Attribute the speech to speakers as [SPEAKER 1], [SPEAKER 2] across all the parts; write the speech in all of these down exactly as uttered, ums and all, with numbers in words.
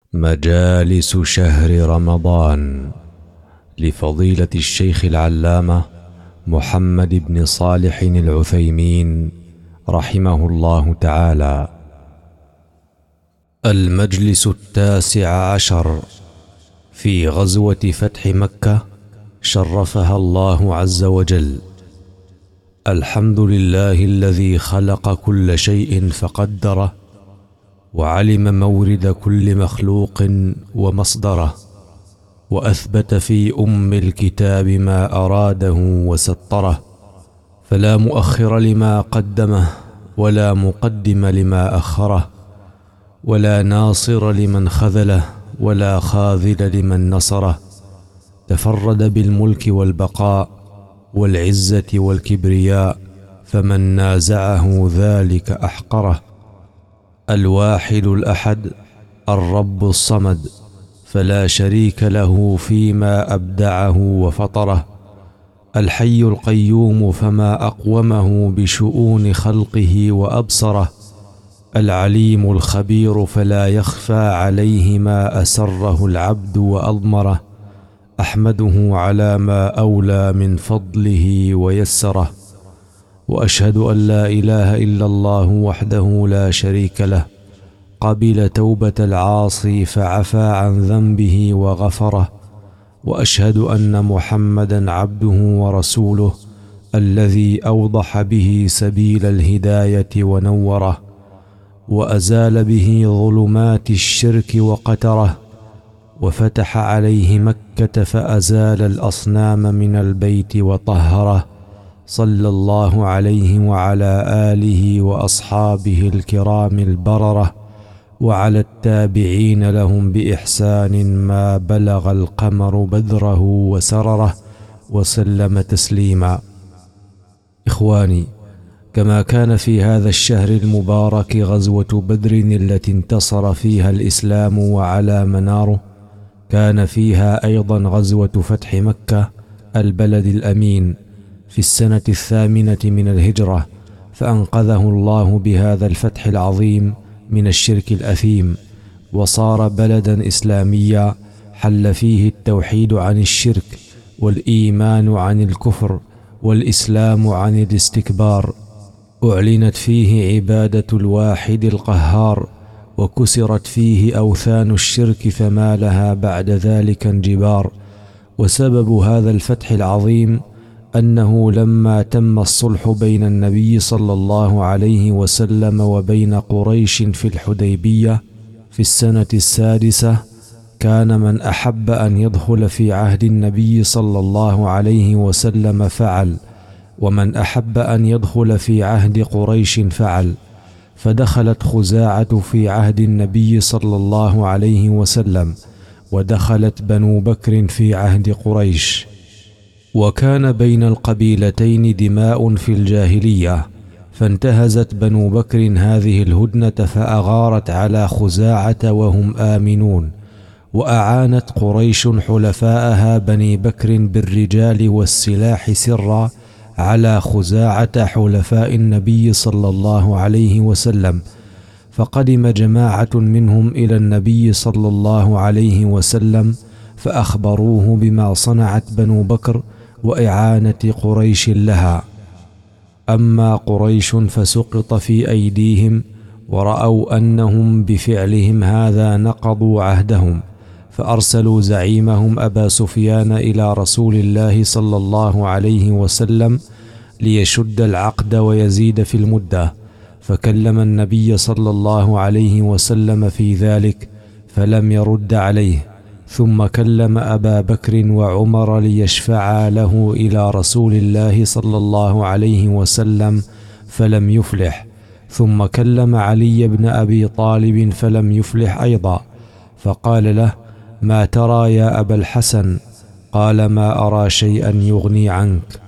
[SPEAKER 1] مجالس شهر رمضان لفضيلة الشيخ العلامة محمد بن صالح العثيمين رحمه الله تعالى. المجلس التاسع عشر في غزوة فتح مكة شرفها الله عز وجل. الحمد لله الذي خلق كل شيء فقدره، وعلم مورد كل مخلوق ومصدره، وأثبت في أم الكتاب ما أراده وسطره، فلا مؤخر لما قدمه ولا مقدم لما أخره، ولا ناصر لمن خذله ولا خاذل لمن نصره. تفرد بالملك والبقاء والعزة والكبرياء، فمن نازعه ذلك أحقره. الواحد الأحد الرب الصمد، فلا شريك له فيما أبدعه وفطره. الحي القيوم، فما أقومه بشؤون خلقه وأبصره. العليم الخبير، فلا يخفى عليه ما أسره العبد وأضمره. أحمده على ما أولى من فضله ويسره، وأشهد أن لا إله إلا الله وحده لا شريك له، قبل توبة العاصي فعفى عن ذنبه وغفره. وأشهد أن محمدا عبده ورسوله، الذي أوضح به سبيل الهداية ونوره، وأزال به ظلمات الشرك وقتره، وفتح عليه مكة فأزال الأصنام من البيت وطهره، صلى الله عليه وعلى آله وأصحابه الكرام البررة، وعلى التابعين لهم بإحسان ما بلغ القمر بدره وسرره، وسلم تسليما. إخواني، كما كان في هذا الشهر المبارك غزوة بدر التي انتصر فيها الإسلام وعلى مناره، كان فيها أيضا غزوة فتح مكة البلد الأمين في السنة الثامنة من الهجرة، فأنقذه الله بهذا الفتح العظيم من الشرك الأثيم، وصار بلدا إسلاميا حل فيه التوحيد عن الشرك، والإيمان عن الكفر، والإسلام عن الاستكبار. أعلنت فيه عبادة الواحد القهار، وكسرت فيه أوثان الشرك فما لها بعد ذلك انجبار. وسبب هذا الفتح العظيم أنه لما تم الصلح بين النبي صلى الله عليه وسلم وبين قريش في الحديبية في السنة السادسة، كان من أحب أن يدخل في عهد النبي صلى الله عليه وسلم فعل، ومن أحب أن يدخل في عهد قريش فعل. فدخلت خزاعة في عهد النبي صلى الله عليه وسلم، ودخلت بنو بكر في عهد قريش. وكان بين القبيلتين دماء في الجاهلية، فانتهزت بنو بكر هذه الهدنة فأغارت على خزاعة وهم آمنون، وأعانت قريش حلفاءها بني بكر بالرجال والسلاح سرا على خزاعة حلفاء النبي صلى الله عليه وسلم. فقدم جماعة منهم إلى النبي صلى الله عليه وسلم فأخبروه بما صنعت بنو بكر وإعانة قريش لها. أما قريش فسقط في أيديهم، ورأوا أنهم بفعلهم هذا نقضوا عهدهم، فأرسلوا زعيمهم أبا سفيان إلى رسول الله صلى الله عليه وسلم ليشد العقد ويزيد في المدة. فكلم النبي صلى الله عليه وسلم في ذلك فلم يرد عليه، ثم كلم أبا بكر وعمر ليشفعا له إلى رسول الله صلى الله عليه وسلم فلم يفلح، ثم كلم علي بن أبي طالب فلم يفلح أيضا. فقال له: ما ترى يا أبا الحسن؟ قال: ما أرى شيئا يغني عنك،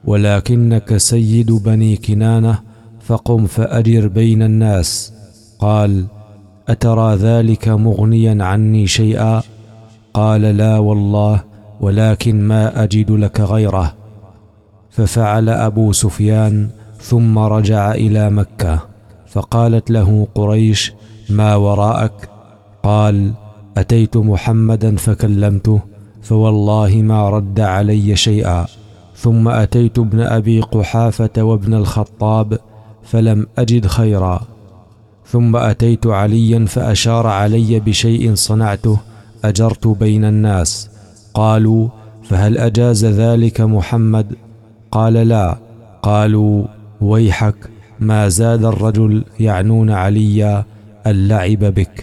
[SPEAKER 1] ولكنك سيد بني كنانة، فقم فأدر بين الناس. قال: أترى ذلك مغنيا عني شيئا؟ قال: لا والله، ولكن ما أجد لك غيره. ففعل أبو سفيان، ثم رجع إلى مكة، فقالت له قريش: ما وراءك؟ قال: أتيت محمدا فكلمته فوالله ما رد علي شيئا، ثم أتيت ابن أبي قحافة وابن الخطاب فلم أجد خيرا، ثم أتيت عليا فأشار علي بشيء صنعته أجرت بين الناس. قالوا: فهل أجاز ذلك محمد؟ قال: لا. قالوا: ويحك، ما زاد الرجل يعنون عليا اللعب بك.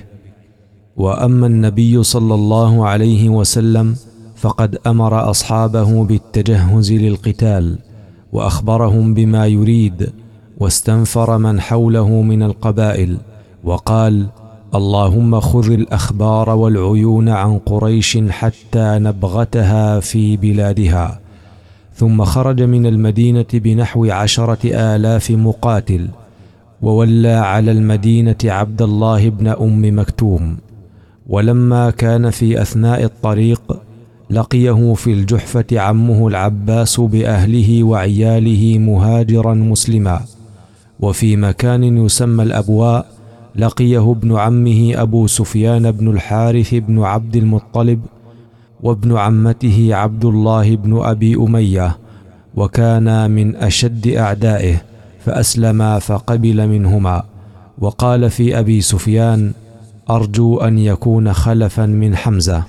[SPEAKER 1] وأما النبي صلى الله عليه وسلم فقد أمر أصحابه بالتجهز للقتال، وأخبرهم بما يريد، واستنفر من حوله من القبائل، وقال: اللهم خذ الأخبار والعيون عن قريش حتى نبغتها في بلادها. ثم خرج من المدينة بنحو عشرة آلاف مقاتل، وولى على المدينة عبد الله بن أم مكتوم. ولما كان في أثناء الطريق لقيه في الجحفة عمه العباس بأهله وعياله مهاجرا مسلما. وفي مكان يسمى الأبواء لقيه ابن عمه أبو سفيان بن الحارث بن عبد المطلب، وابن عمته عبد الله بن أبي أمية، وكانا من أشد أعدائه، فأسلما فقبل منهما. وقال في أبي سفيان: أرجو أن يكون خلفا من حمزة.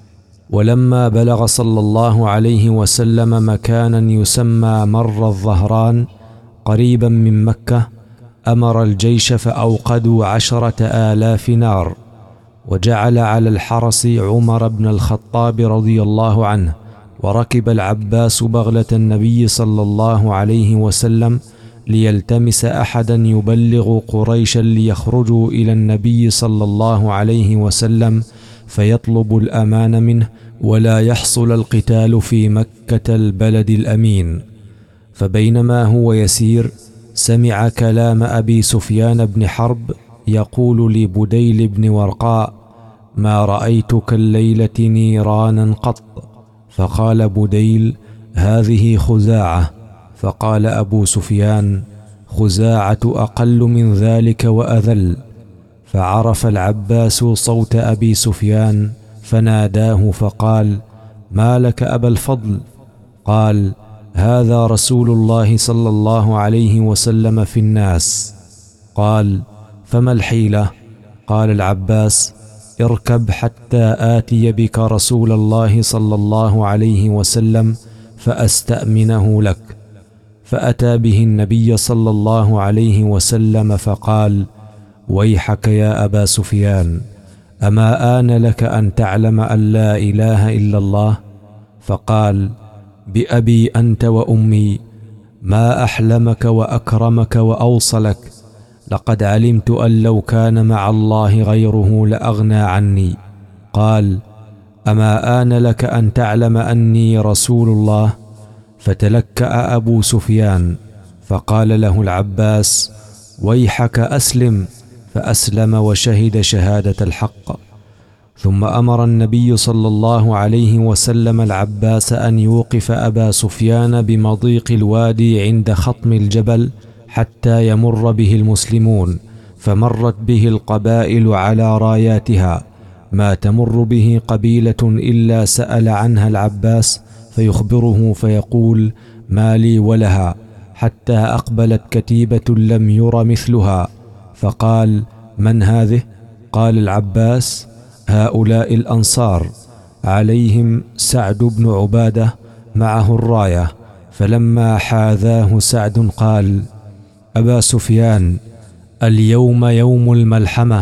[SPEAKER 1] ولما بلغ صلى الله عليه وسلم مكانا يسمى مر الظهران قريبا من مكة أمر الجيش فأوقدوا عشرة آلاف نار، وجعل على الحرس عمر بن الخطاب رضي الله عنه، وركب العباس بغلة النبي صلى الله عليه وسلم ليلتمس أحدا يبلغ قريشا ليخرجوا إلى النبي صلى الله عليه وسلم فيطلب الأمان منه، ولا يحصل القتال في مكة البلد الأمين. فبينما هو يسير سمع كلام أبي سفيان بن حرب يقول لبديل بن ورقاء: ما رأيتك الليلة نيرانا قط. فقال بديل: هذه خزاعة. فقال أبو سفيان: خزاعة أقل من ذلك وأذل. فعرف العباس صوت أبي سفيان فناداه فقال: ما لك أبا الفضل؟ قال: هذا رسول الله صلى الله عليه وسلم في الناس. قال: فما الحيلة؟ قال العباس: اركب حتى آتي بك رسول الله صلى الله عليه وسلم فأستأمنه لك. فأتى به النبي صلى الله عليه وسلم فقال: ويحك يا أبا سفيان، أما آن لك أن تعلم أن لا إله إلا الله؟ فقال: بأبي أنت وأمي، ما أحلمك وأكرمك وأوصلك، لقد علمت أن لو كان مع الله غيره لأغنى عني. قال: أما آن لك أن تعلم أني رسول الله؟ فتلكأ أبو سفيان، فقال له العباس: ويحك أسلم. فأسلم وشهد شهادة الحق. ثم أمر النبي صلى الله عليه وسلم العباس أن يوقف أبا سفيان بمضيق الوادي عند خطم الجبل حتى يمر به المسلمون، فمرت به القبائل على راياتها، ما تمر به قبيلة إلا سأل عنها العباس فيخبره فيقول: ما لي ولها، حتى أقبلت كتيبة لم ير مثلها. فقال: من هذه؟ قال العباس: هؤلاء الأنصار، عليهم سعد بن عبادة معه الراية. فلما حاذاه سعد قال: أبا سفيان، اليوم يوم الملحمة،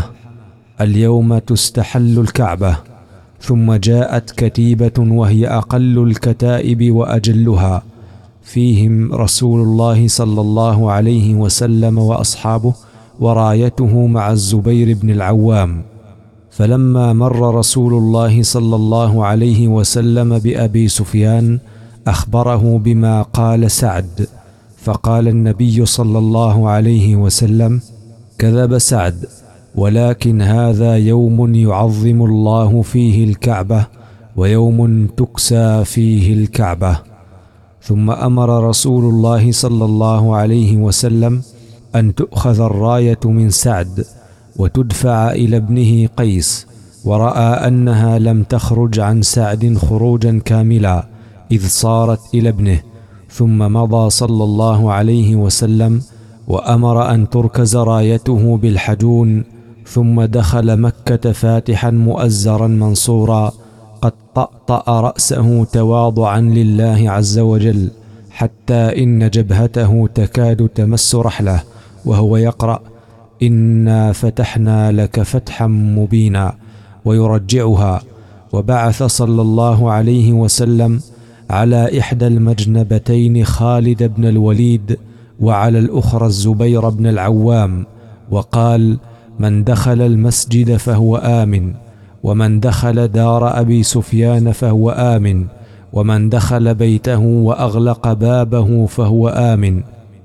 [SPEAKER 1] اليوم تستحل الكعبة. ثم جاءت كتيبة وهي أقل الكتائب وأجلها، فيهم رسول الله صلى الله عليه وسلم وأصحابه، ورايته مع الزبير بن العوام. فلما مر رسول الله صلى الله عليه وسلم بأبي سفيان أخبره بما قال سعد، فقال النبي صلى الله عليه وسلم: كذب سعد، ولكن هذا يوم يعظم الله فيه الكعبة، ويوم تكسى فيه الكعبة. ثم أمر رسول الله صلى الله عليه وسلم أن تؤخذ الراية من سعد وتدفع إلى ابنه قيس، ورأى أنها لم تخرج عن سعد خروجا كاملا إذ صارت إلى ابنه، ثم مضى صلى الله عليه وسلم وأمر أن تركز رايته بالحجون، ثم دخل مكة فاتحا مؤزرا منصورا قد طأطأ رأسه تواضعا لله عز وجل، حتى إن جبهته تكاد تمس رحله وهو يقرأ: إنا فتحنا لك فتحا مبينا، ويرجعها. وبعث صلى الله عليه وسلم على إحدى المجنبتين خالد بن الوليد، وعلى الأخرى الزبير بن العوام، وقال: من دخل المسجد فهو آمن، ومن دخل دار أبي سفيان فهو آمن، ومن دخل بيته وأغلق بابه فهو آمن.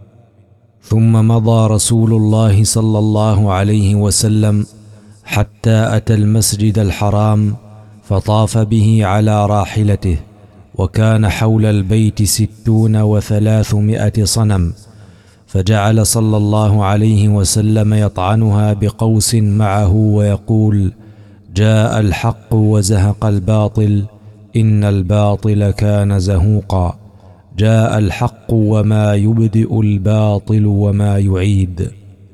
[SPEAKER 1] ثم مضى رسول الله صلى الله عليه وسلم حتى أتى المسجد الحرام، فطاف به على راحلته، وكان حول البيت ستون وثلاثمائة صنم، فجعل صلى الله عليه وسلم يطعنها بقوس معه ويقول: جاء الحق وزهق الباطل، إن الباطل كان زهوقا، جاء الحق وما يبدئ الباطل وما يعيد.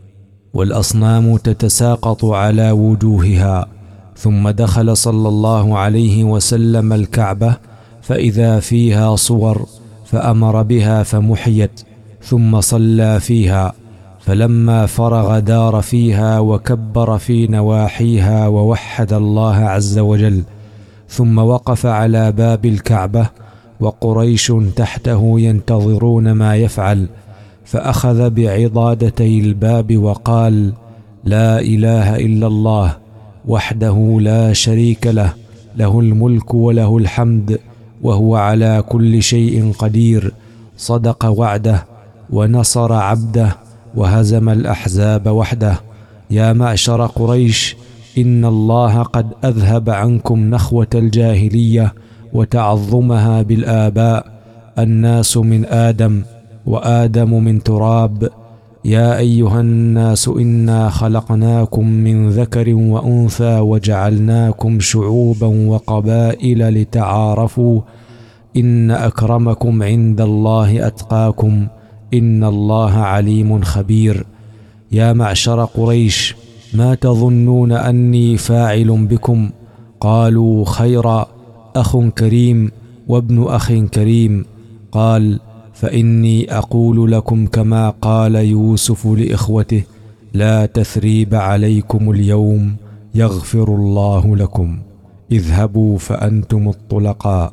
[SPEAKER 1] والأصنام تتساقط على وجوهها. ثم دخل صلى الله عليه وسلم الكعبة فإذا فيها صور، فأمر بها فمحيت، ثم صلى فيها، فلما فرغ دار فيها وكبر في نواحيها ووحد الله عز وجل، ثم وقف على باب الكعبة وقريش تحته ينتظرون ما يفعل، فأخذ بعضادتي الباب وقال: لا إله إلا الله وحده لا شريك له، له الملك وله الحمد وهو على كل شيء قدير، صدق وعده ونصر عبده وهزم الأحزاب وحده. يا معشر قريش، إن الله قد أذهب عنكم نخوة الجاهلية وتعظمها بالآباء، الناس من آدم وآدم من تراب. يا أيها الناس إنا خلقناكم من ذكر وأنثى وجعلناكم شعوبا وقبائل لتعارفوا، إن أكرمكم عند الله أتقاكم، إن الله عليم خبير. يا معشر قريش، ما تظنون أني فاعل بكم؟ قالوا: خيرا، أخ كريم وابن أخ كريم. قال: فإني أقول لكم كما قال يوسف لإخوته: لا تثريب عليكم اليوم، يغفر الله لكم، اذهبوا فأنتم الطلقاء.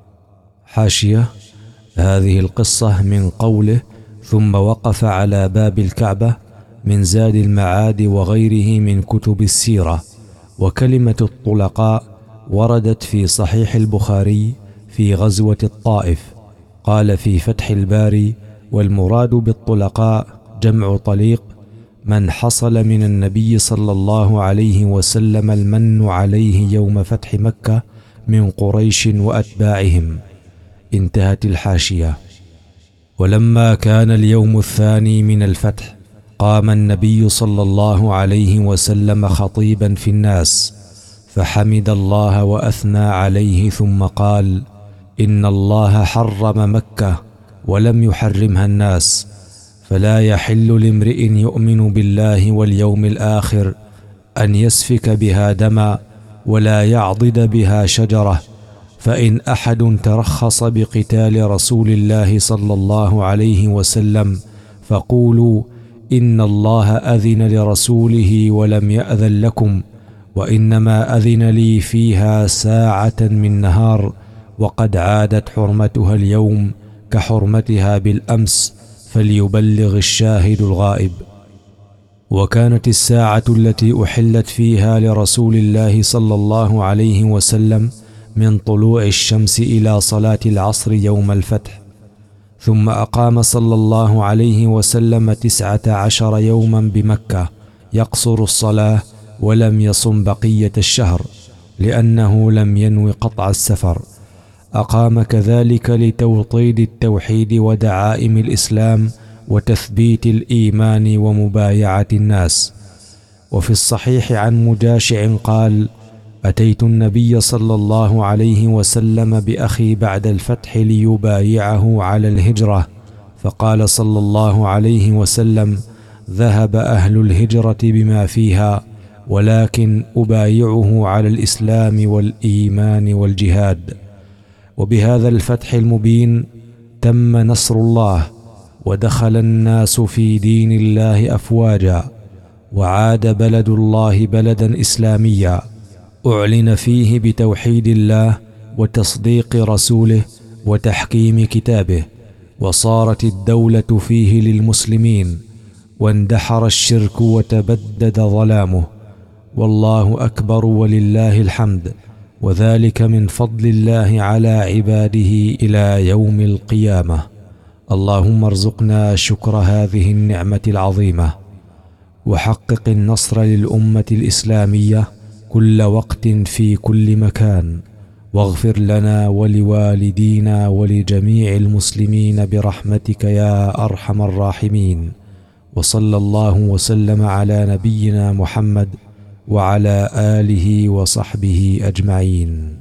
[SPEAKER 1] حاشية: هذه القصة من قوله ثم وقف على باب الكعبة من زاد المعاد وغيره من كتب السيرة. وكلمة الطلقاء وردت في صحيح البخاري في غزوة الطائف. قال في فتح الباري: والمراد بالطلقاء جمع طليق، من حصل من النبي صلى الله عليه وسلم المن عليه يوم فتح مكة من قريش وأتباعهم. انتهت الحاشية. ولما كان اليوم الثاني من الفتح، قام النبي صلى الله عليه وسلم خطيبا في الناس، فحمد الله وأثنى عليه، ثم قال: إن الله حرم مكة ولم يحرمها الناس، فلا يحل لامرئ يؤمن بالله واليوم الآخر أن يسفك بها دما ولا يعضد بها شجرة. فإن أحد ترخص بقتال رسول الله صلى الله عليه وسلم فقولوا: إن الله أذن لرسوله ولم يأذن لكم، وإنما أذن لي فيها ساعة من نهار، وقد عادت حرمتها اليوم كحرمتها بالأمس، فليبلغ الشاهد الغائب. وكانت الساعة التي أحلت فيها لرسول الله صلى الله عليه وسلم من طلوع الشمس إلى صلاة العصر يوم الفتح. ثم أقام صلى الله عليه وسلم تسعة عشر يوما بمكة يقصر الصلاة، ولم يصم بقية الشهر لأنه لم ينو قطع السفر. أقام كذلك لتوطيد التوحيد ودعائم الإسلام وتثبيت الإيمان ومبايعة الناس. وفي الصحيح عن مجاشع قال: أتيت النبي صلى الله عليه وسلم بأخي بعد الفتح ليبايعه على الهجرة، فقال صلى الله عليه وسلم: ذهب أهل الهجرة بما فيها، ولكن أبايعه على الإسلام والإيمان والجهاد. وبهذا الفتح المبين تم نصر الله، ودخل الناس في دين الله أفواجا، وعاد بلد الله بلدا إسلاميا أعلن فيه بتوحيد الله وتصديق رسوله وتحكيم كتابه، وصارت الدولة فيه للمسلمين، واندحر الشرك وتبدد ظلامه. والله أكبر ولله الحمد، وذلك من فضل الله على عباده إلى يوم القيامة. اللهم ارزقنا شكر هذه النعمة العظيمة، وحقق النصر للأمة الإسلامية كل وقت في كل مكان، واغفر لنا ولوالدينا ولجميع المسلمين برحمتك يا أرحم الراحمين. وصلى الله وسلم على نبينا محمد وعلى آله وصحبه أجمعين.